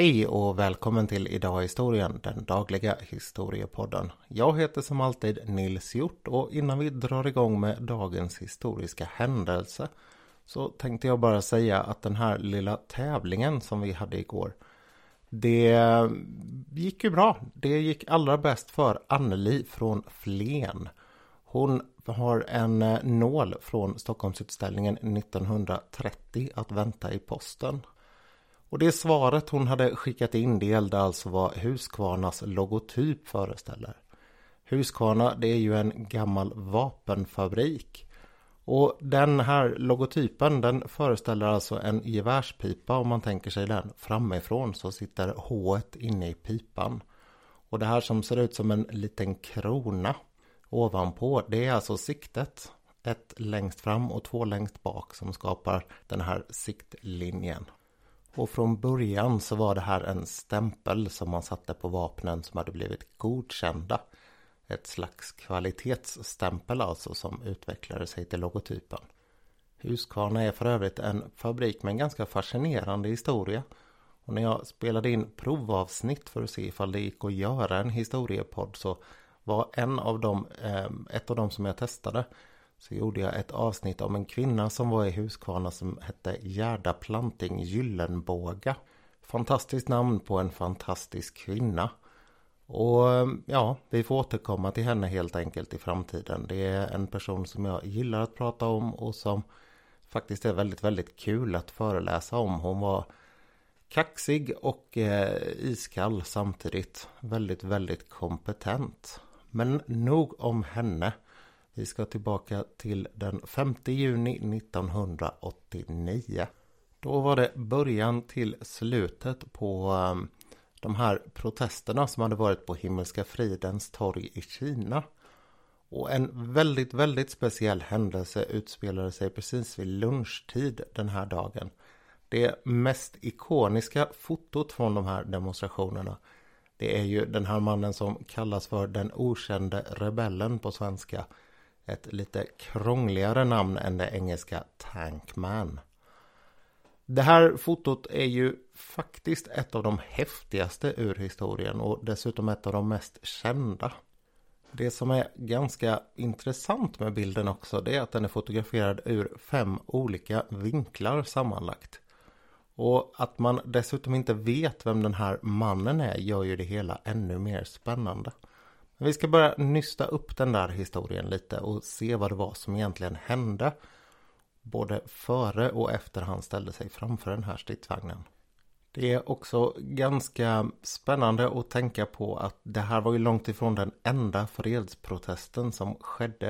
Hej och välkommen till Idag i historien, den dagliga historiepodden. Jag heter som alltid Nils Hjort och innan vi drar igång med dagens historiska händelse så tänkte jag bara säga att den här lilla tävlingen som vi hade igår, det gick ju bra. Det gick allra bäst för Anneli från Flen. Hon har en nål från Stockholmsutställningen 1930 att vänta i posten. Och det svaret hon hade skickat in, det gällde alltså vad Husqvarnas logotyp föreställer. Husqvarna, det är ju en gammal vapenfabrik. Och den här logotypen, den föreställer alltså en gevärspipa. Om man tänker sig den framifrån så sitter H-et inne i pipan. Och det här som ser ut som en liten krona ovanpå, det är alltså siktet. Ett längst fram och två längst bak som skapar den här siktlinjen. Och från början så var det här en stämpel som man satte på vapnen som hade blivit godkända. Ett slags kvalitetsstämpel alltså som utvecklade sig till logotypen. Husqvarna är för övrigt en fabrik med en ganska fascinerande historia. Och när jag spelade in provavsnitt för att se ifall det gick att göra en historiepodd så var ett av dem som jag testade. Så gjorde jag ett avsnitt om en kvinna som var i Husqvarna som hette Gerda Planting Gyllenbåga. Fantastiskt namn på en fantastisk kvinna. Och ja, vi får återkomma till henne helt enkelt i framtiden. Det är en person som jag gillar att prata om och som faktiskt är väldigt, väldigt kul att föreläsa om. Hon var kaxig och iskall samtidigt. Väldigt, väldigt kompetent. Men nog om henne. Vi ska tillbaka till den 5 juni 1989. Då var det början till slutet på de här protesterna som hade varit på Himmelska fridens torg i Kina. Och en väldigt, väldigt speciell händelse utspelade sig precis vid lunchtid den här dagen. Det mest ikoniska fotot från de här demonstrationerna, det är ju den här mannen som kallas för den okände rebellen på svenska. Ett lite krångligare namn än det engelska Tankman. Det här fotot är ju faktiskt ett av de häftigaste ur historien och dessutom ett av de mest kända. Det som är ganska intressant med bilden också, det är att den är fotograferad ur 5 olika vinklar sammanlagt. Och att man dessutom inte vet vem den här mannen är gör ju det hela ännu mer spännande. Men vi ska börja nysta upp den där historien lite och se vad det var som egentligen hände. Både före och efter han ställde sig framför den här stridsvagnen. Det är också ganska spännande att tänka på att det här var ju långt ifrån den enda fredsprotesten som skedde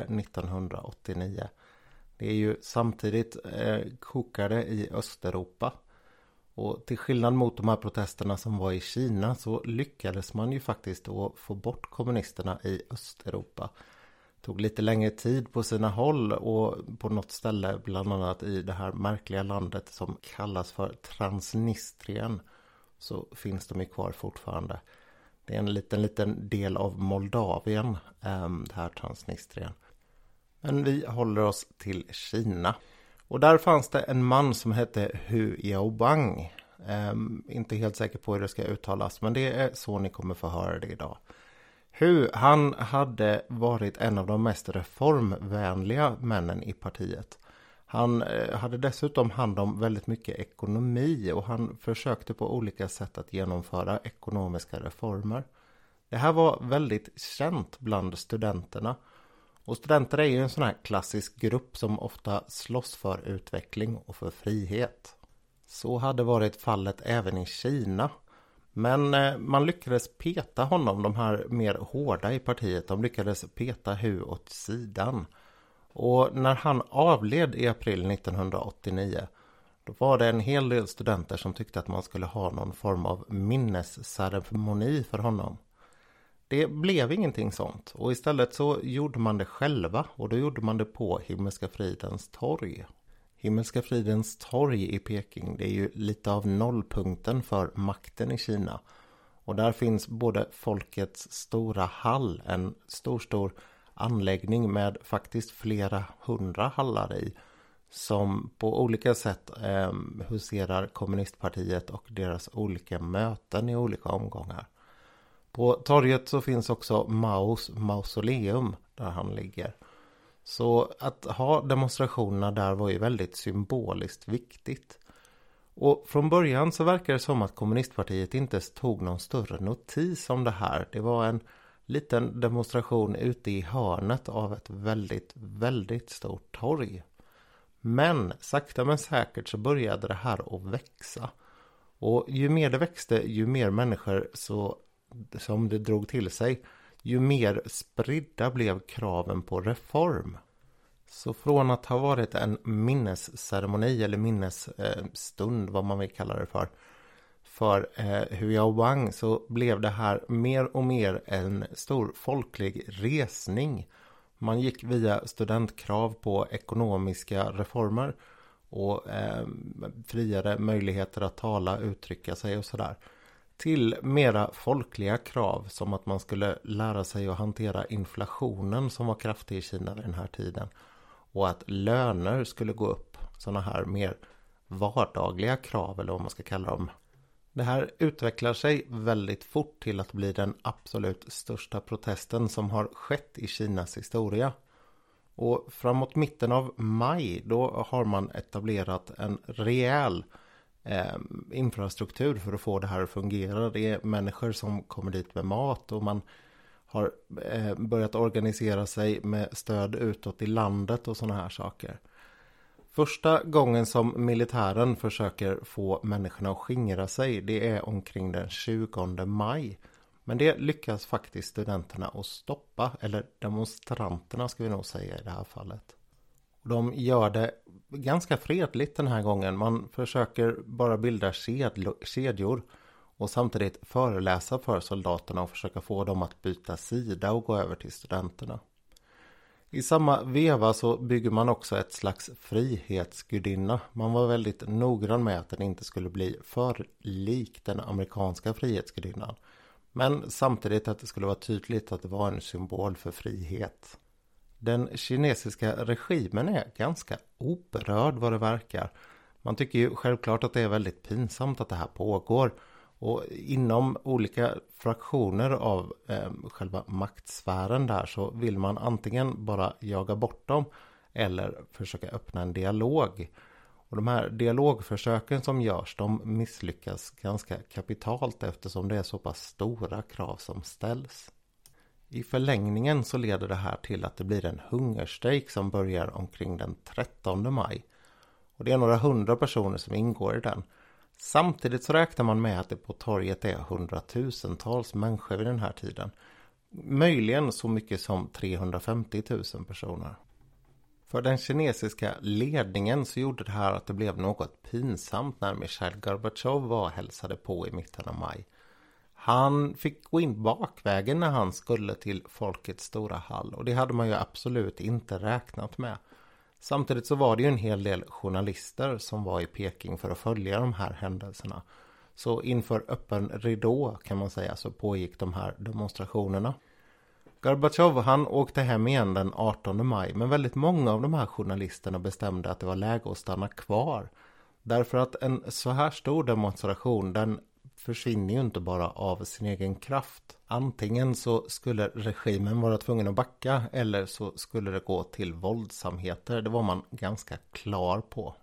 1989. Det är ju samtidigt kokade i Östeuropa. Och till skillnad mot de här protesterna som var i Kina så lyckades man ju faktiskt att få bort kommunisterna i Östeuropa. Det tog lite längre tid på sina håll och på något ställe, bland annat i det här märkliga landet som kallas för Transnistrien, så finns de ju kvar fortfarande. Det är en liten del av Moldavien, det här Transnistrien. Men vi håller oss till Kina. Och där fanns det en man som hette Hu Yaobang. Inte helt säker på hur det ska uttalas, men det är så ni kommer få höra det idag. Hu, han hade varit en av de mest reformvänliga männen i partiet. Han hade dessutom hand om väldigt mycket ekonomi och han försökte på olika sätt att genomföra ekonomiska reformer. Det här var väldigt känt bland studenterna. Och studenter är ju en sån här klassisk grupp som ofta slåss för utveckling och för frihet. Så hade varit fallet även i Kina. Men man lyckades peta honom, de här mer hårda i partiet, de lyckades peta Hu åt sidan. Och när han avled i april 1989, då var det en hel del studenter som tyckte att man skulle ha någon form av minnesceremoni för honom. Det blev ingenting sånt och istället så gjorde man det själva och då gjorde man det på Himmelska fridens torg. Himmelska fridens torg i Peking, det är ju lite av nollpunkten för makten i Kina. Och där finns både folkets stora hall, en stor anläggning med faktiskt flera 100 hallar i, som på olika sätt huserar kommunistpartiet och deras olika möten i olika omgångar. På torget så finns också Maos mausoleum där han ligger. Så att ha demonstrationerna där var ju väldigt symboliskt viktigt. Och från början så verkar det som att kommunistpartiet inte tog någon större notis om det här. Det var en liten demonstration ute i hörnet av ett väldigt, väldigt stort torg. Men sakta men säkert så började det här att växa. Och ju mer det växte, ju mer människor som det drog till sig, ju mer spridda blev kraven på reform. Så från att ha varit en minnesceremoni eller minnesstund, vad man vill kalla det för Hu Yaobang, så blev det här mer och mer en stor folklig resning. Man gick via studentkrav på ekonomiska reformer och friare möjligheter att tala, uttrycka sig och sådär, till mera folkliga krav som att man skulle lära sig att hantera inflationen som var kraftig i Kina vid den här tiden, och att löner skulle gå upp. Sådana här mer vardagliga krav, eller vad man ska kalla dem. Det här utvecklar sig väldigt fort till att bli den absolut största protesten som har skett i Kinas historia. Och framåt mitten av maj då har man etablerat en rejäl infrastruktur för att få det här att fungera. Det är människor som kommer dit med mat, och man har börjat organisera sig med stöd utåt i landet och sådana här saker. Första gången som militären försöker få människorna att skingra sig, det är omkring den 20 maj. Men det lyckas faktiskt studenterna att stoppa, eller demonstranterna ska vi nog säga i det här fallet. De gör det ganska fredligt den här gången. Man försöker bara bilda kedjor och samtidigt föreläsa för soldaterna och försöka få dem att byta sida och gå över till studenterna. I samma veva så bygger man också ett slags frihetsgudinna. Man var väldigt noggrann med att den inte skulle bli för lik den amerikanska frihetsgudinnan. Men samtidigt att det skulle vara tydligt att det var en symbol för frihet. Den kinesiska regimen är ganska oberörd vad det verkar. Man tycker ju självklart att det är väldigt pinsamt att det här pågår. Och inom olika fraktioner av själva maktsfären där så vill man antingen bara jaga bort dem eller försöka öppna en dialog. Och de här dialogförsöken som görs, de misslyckas ganska kapitalt eftersom det är så pass stora krav som ställs. I förlängningen så leder det här till att det blir en hungerstrejk som börjar omkring den 13 maj. Och det är några 100 personer som ingår i den. Samtidigt så räknar man med att det på torget är 100,000-tals människor vid den här tiden. Möjligen så mycket som 350 000 personer. För den kinesiska ledningen så gjorde det här att det blev något pinsamt när Mikhail Gorbatjov var och hälsade på i mitten av maj. Han fick gå in bakvägen när han skulle till folkets stora hall, och det hade man ju absolut inte räknat med. Samtidigt så var det ju en hel del journalister som var i Peking för att följa de här händelserna. Så inför öppen ridå kan man säga så pågick de här demonstrationerna. Gorbatjov han åkte hem igen den 18 maj, men väldigt många av de här journalisterna bestämde att det var läge att stanna kvar. Därför att en så här stor demonstration, den försvinner ju inte bara av sin egen kraft. Antingen så skulle regimen vara tvungen att backa, eller så skulle det gå till våldsamheter. Det var man ganska klar på.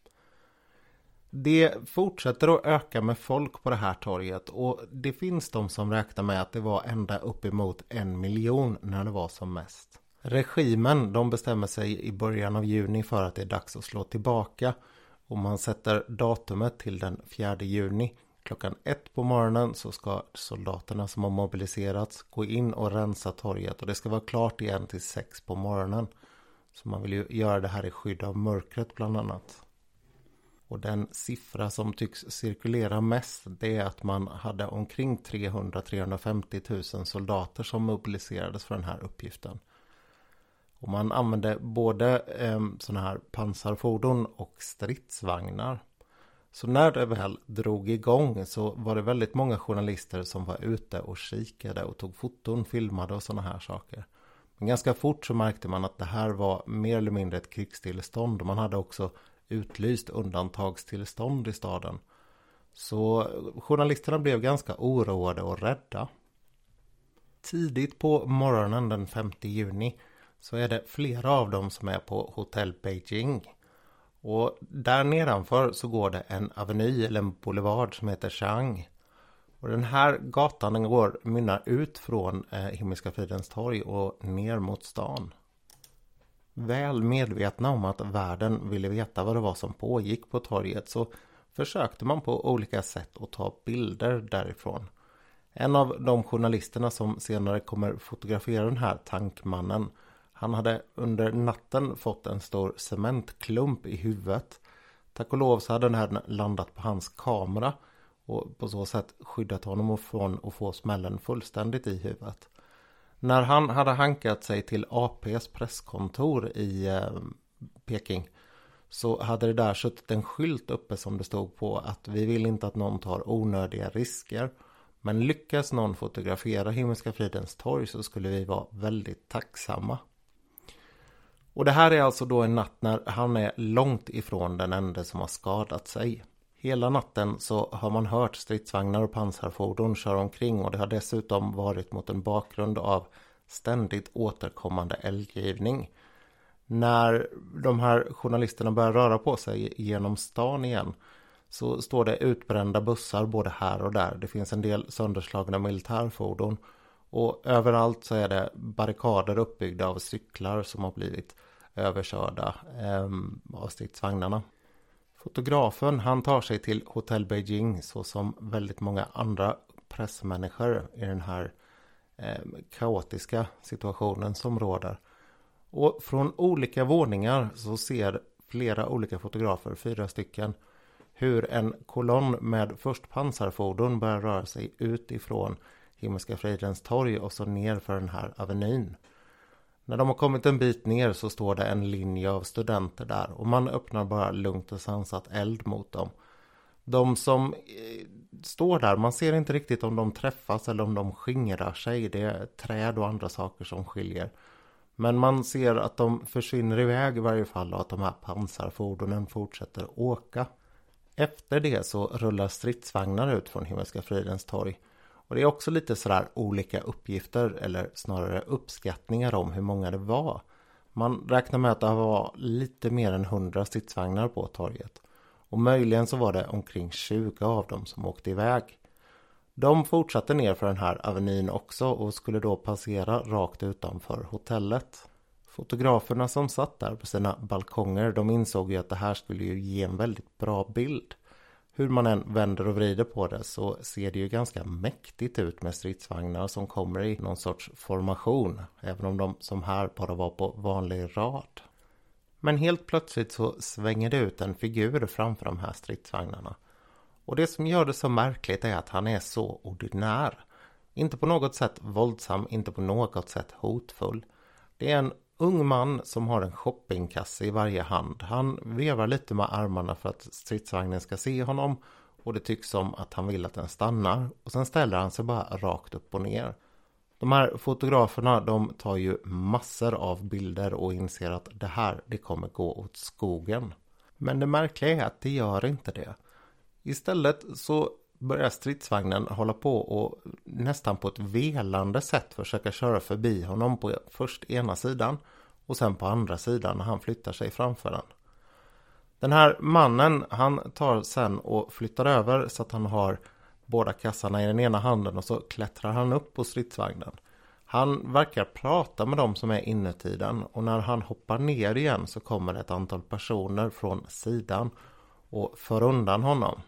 Det fortsätter att öka med folk på det här torget, och det finns de som räknar med att det var ända uppemot 1 miljon när det var som mest. Regimen de bestämmer sig i början av juni för att det är dags att slå tillbaka, och man sätter datumet till den 4 juni. Klockan 1 på morgonen så ska soldaterna som har mobiliserats gå in och rensa torget, och det ska vara klart igen till 6 på morgonen. Så man vill ju göra det här i skydd av mörkret bland annat. Och den siffra som tycks cirkulera mest, det är att man hade omkring 300-350 000 soldater som mobiliserades för den här uppgiften. Och man använde både sådana här pansarfordon och stridsvagnar. Så när det väl drog igång så var det väldigt många journalister som var ute och kikade och tog foton, filmade och sådana här saker. Men ganska fort så märkte man att det här var mer eller mindre ett krigstillstånd. Man hade också utlyst undantagstillstånd i staden. Så journalisterna blev ganska oroade och rädda. Tidigt på morgonen den 5 juni så är det flera av dem som är på Hotell Beijing. Och där nedanför så går det en aveny eller en boulevard som heter Chang. Och den här gatan den mynnar ut från Himmelska fridens torg och ner mot stan. Väl medvetna om att världen ville veta vad det var som pågick på torget så försökte man på olika sätt att ta bilder därifrån. En av de journalisterna som senare kommer fotografera den här tankmannen, han hade under natten fått en stor cementklump i huvudet. Tack och lov så hade den här landat på hans kamera och på så sätt skyddat honom från att få smällen fullständigt i huvudet. När han hade hankat sig till APs presskontor i Peking så hade det där suttit en skylt uppe som det stod på att vi vill inte att någon tar onödiga risker. Men lyckas någon fotografera Himmelska fridens torg så skulle vi vara väldigt tacksamma. Och det här är alltså då en natt när han är långt ifrån den enda som har skadat sig. Hela natten så har man hört stridsvagnar och pansarfordon köra omkring och det har dessutom varit mot en bakgrund av ständigt återkommande eldgivning. När de här journalisterna börjar röra på sig genom stan igen så står det utbrända bussar både här och där. Det finns en del sönderslagna militärfordon och överallt så är det barrikader uppbyggda av cyklar som har blivit överkörda av stridsvagnarna. Fotografen han tar sig till Hotell Beijing så som väldigt många andra pressmänniskor i den här kaotiska situationen som råder. Och från olika våningar så ser flera olika fotografer, 4 stycken, hur en kolonn med först pansarfordon börjar röra sig utifrån Himmelska fridens torg och så ner för den här avenyn. När de har kommit en bit ner så står det en linje av studenter där och man öppnar bara lugnt och sansat eld mot dem. De som står där, man ser inte riktigt om de träffas eller om de skingrar sig. Det är träd och andra saker som skiljer. Men man ser att de försvinner iväg i varje fall och att de här pansarfordonen fortsätter åka. Efter det så rullar stridsvagnar ut från Himmelska fridens torg. Och det är också lite sådär olika uppgifter eller snarare uppskattningar om hur många det var. Man räknar med att det var lite mer än 100 stridsvagnar på torget. Och möjligen så var det omkring 20 av dem som åkte iväg. De fortsatte ner för den här avenyn också och skulle då passera rakt utanför hotellet. Fotograferna som satt där på sina balkonger, de insåg ju att det här skulle ju ge en väldigt bra bild. Hur man än vänder och vrider på det så ser det ju ganska mäktigt ut med stridsvagnar som kommer i någon sorts formation. Även om de som här bara var på vanlig rad. Men helt plötsligt så svänger det ut en figur framför de här stridsvagnarna. Och det som gör det så märkligt är att han är så ordinär. Inte på något sätt våldsam, inte på något sätt hotfull. Det är en ung man som har en shoppingkasse i varje hand. Han vevar lite med armarna för att stridsvagnen ska se honom. Och det tycks som att han vill att den stannar. Och sen ställer han sig bara rakt upp och ner. De här fotograferna de tar ju massor av bilder och inser att det kommer gå åt skogen. Men det märkliga är att det gör inte det. Istället så börjar stridsvagnen hålla på och nästan på ett velande sätt försöka köra förbi honom på först ena sidan och sen på andra sidan när han flyttar sig framför den. Den här mannen han tar sen och flyttar över så att han har båda kassarna i den ena handen och så klättrar han upp på stridsvagnen. Han verkar prata med dem som är inuti den och när han hoppar ner igen så kommer ett antal personer från sidan och för undan honom.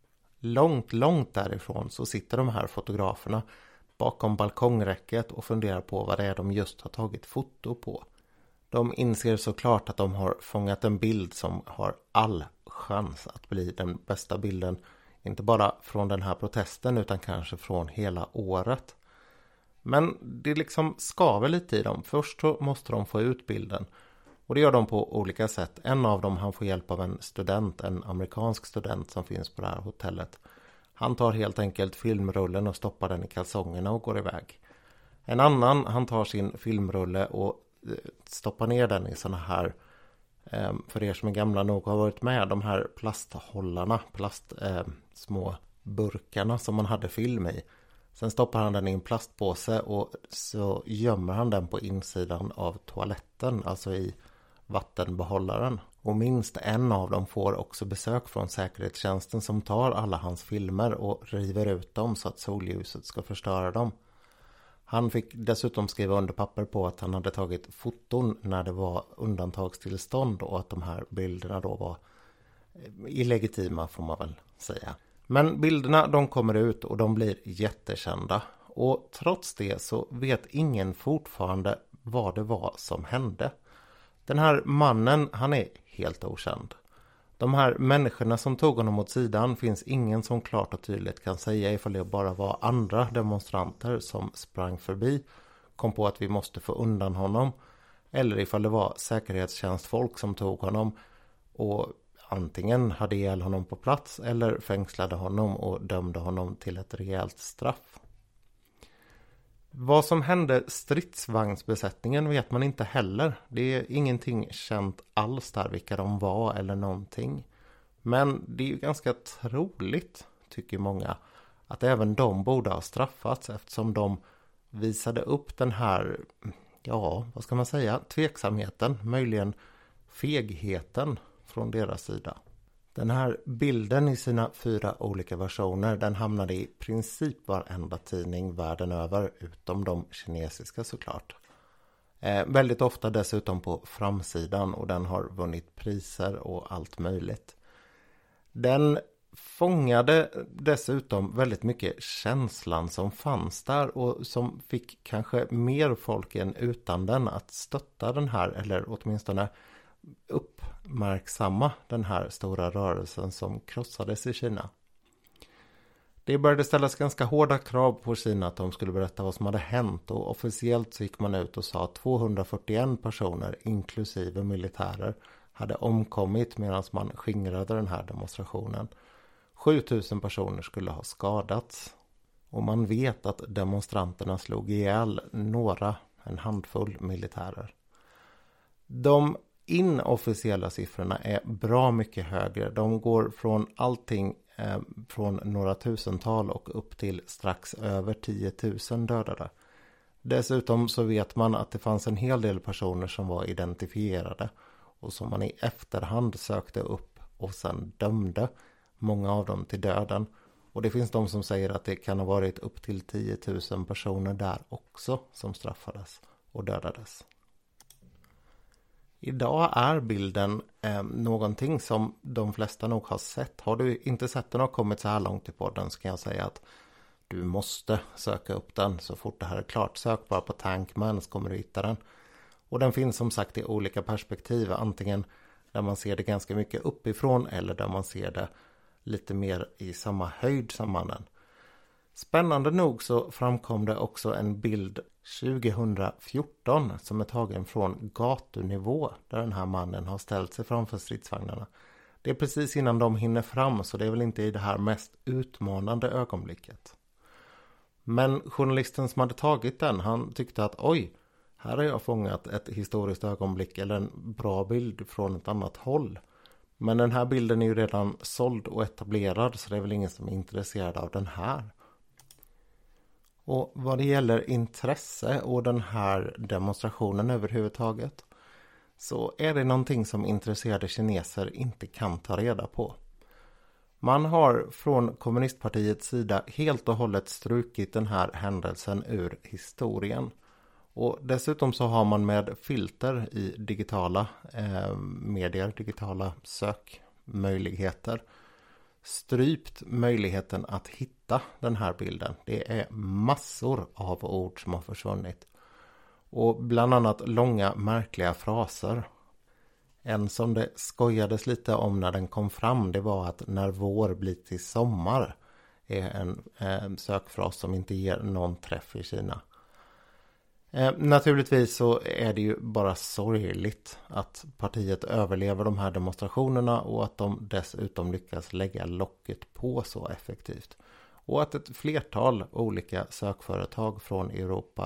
Långt därifrån så sitter de här fotograferna bakom balkongräcket och funderar på vad det är de just har tagit foto på. De inser såklart att de har fångat en bild som har all chans att bli den bästa bilden. Inte bara från den här protesten utan kanske från hela året. Men det liksom skaver lite i dem. Först så måste de få ut bilden. Och det gör de på olika sätt. En av dem han får hjälp av en student, en amerikansk student som finns på det här hotellet. Han tar helt enkelt filmrullen och stoppar den i kalsongerna och går iväg. En annan, han tar sin filmrulle och stoppar ner den i såna här, för er som är gamla nog har varit med, de här plasthållarna, små burkarna som man hade film i. Sen stoppar han den i en plastpåse och så gömmer han den på insidan av toaletten, alltså i vattenbehållaren. Och minst en av dem får också besök från säkerhetstjänsten som tar alla hans filmer och river ut dem så att solljuset ska förstöra dem. Han fick dessutom skriva under papper på att han hade tagit foton när det var undantagstillstånd och att de här bilderna då var illegitima, får man väl säga. Men bilderna, de kommer ut och de blir jättekända. Och trots det så vet ingen fortfarande vad det var som hände. Den här mannen, han är helt okänd. De här människorna som tog honom åt sidan finns ingen som klart och tydligt kan säga ifall det bara var andra demonstranter som sprang förbi, kom på att vi måste få undan honom, eller ifall det var säkerhetstjänstfolk som tog honom och antingen hade ihjäl honom på plats eller fängslade honom och dömde honom till ett rejält straff. Vad som hände stridsvagnsbesättningen vet man inte heller. Det är ingenting känt alls där vilka de var eller någonting. Men det är ju ganska troligt, tycker många, att även de borde ha straffats eftersom de visade upp den här, vad ska man säga, tveksamheten, möjligen fegheten från deras sida. Den här bilden i sina 4 olika versioner, den hamnade i princip varenda tidning världen över, utom de kinesiska såklart. Väldigt ofta dessutom på framsidan och den har vunnit priser och allt möjligt. Den fångade dessutom väldigt mycket känslan som fanns där och som fick kanske mer folk än utan den att stötta den här, eller åtminstone uppmärksamma den här stora rörelsen som krossades i Kina. Det började ställas ganska hårda krav på Kina att de skulle berätta vad som hade hänt och officiellt så gick man ut och sa att 241 personer inklusive militärer hade omkommit medan man skingrade den här demonstrationen. 7000 personer skulle ha skadats och man vet att demonstranterna slog ihjäl en handfull militärer. De inofficiella siffrorna är bra mycket högre. De går från allting från några tusental och upp till strax över 10 000 dödade. Dessutom så vet man att det fanns en hel del personer som var identifierade och som man i efterhand sökte upp och sedan dömde, många av dem till döden. Och det finns de som säger att det kan ha varit upp till 10 000 personer där också som straffades och dödades. Idag är bilden någonting som de flesta nog har sett. Har du inte sett den och kommit så här långt i podden så kan jag säga att du måste söka upp den så fort det här är klart. Sök bara på Tankman så kommer du hitta den. Och den finns som sagt i olika perspektiv. Antingen där man ser det ganska mycket uppifrån eller där man ser det lite mer i samma höjd som mannen. Spännande nog så framkom det också en bild 2014 som är tagen från gatunivå där den här mannen har ställt sig framför stridsvagnarna. Det är precis innan de hinner fram så det är väl inte i det här mest utmanande ögonblicket. Men journalisten som hade tagit den, han tyckte att oj, här har jag fångat ett historiskt ögonblick eller en bra bild från ett annat håll. Men den här bilden är ju redan såld och etablerad så det är väl ingen som är intresserad av den här. Och vad det gäller intresse och den här demonstrationen överhuvudtaget så är det någonting som intresserade kineser inte kan ta reda på. Man har från kommunistpartiets sida helt och hållet strukit den här händelsen ur historien. Och dessutom så har man med filter i digitala medier, digitala sökmöjligheter strypt möjligheten att hitta den här bilden. Det är massor av ord som har försvunnit. Och bland annat långa märkliga fraser. En som det skojades lite om när den kom fram, det var att när vår blir till sommar är en sökfras som inte ger någon träff i Kina. Naturligtvis så är det ju bara sorgligt att partiet överlever de här demonstrationerna och att de dessutom lyckas lägga locket på så effektivt. Och att ett flertal olika sökföretag från Europa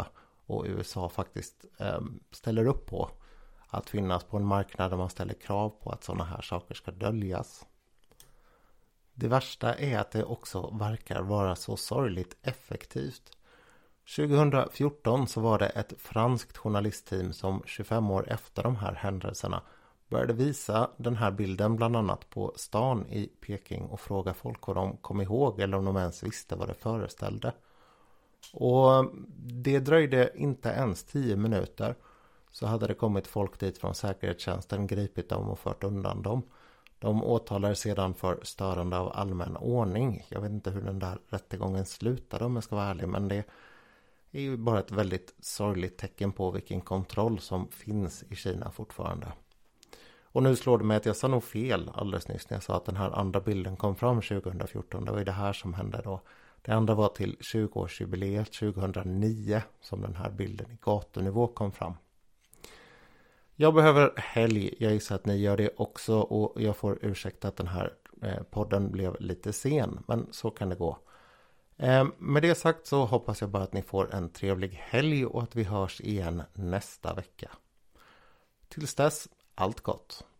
och USA faktiskt ställer upp på att finnas på en marknad där man ställer krav på att sådana här saker ska döljas. Det värsta är att det också verkar vara så sorgligt effektivt. 2014 så var det ett franskt journalistteam som 25 år efter de här händelserna började visa den här bilden bland annat på stan i Peking och fråga folk vad de kom ihåg eller om de ens visste vad det föreställde. Och det dröjde inte ens 10 minuter så hade det kommit folk dit från säkerhetstjänsten, gripit dem och fört undan dem. De åtalade sedan för störande av allmän ordning. Jag vet inte hur den där rättegången slutade om jag ska vara ärlig, men det är ju bara ett väldigt sorgligt tecken på vilken kontroll som finns i Kina fortfarande. Och nu slår det mig att jag sa nog fel alldeles nyss när jag sa att den här andra bilden kom fram 2014. Det var ju det här som hände då. Det andra var till 20-årsjubileet 2009 som den här bilden i gatunivå kom fram. Jag behöver helg, jag gissar att ni gör det också och jag får ursäkta att den här podden blev lite sen, men så kan det gå. Med det sagt så hoppas jag bara att ni får en trevlig helg och att vi hörs igen nästa vecka. Tills dess, allt gott!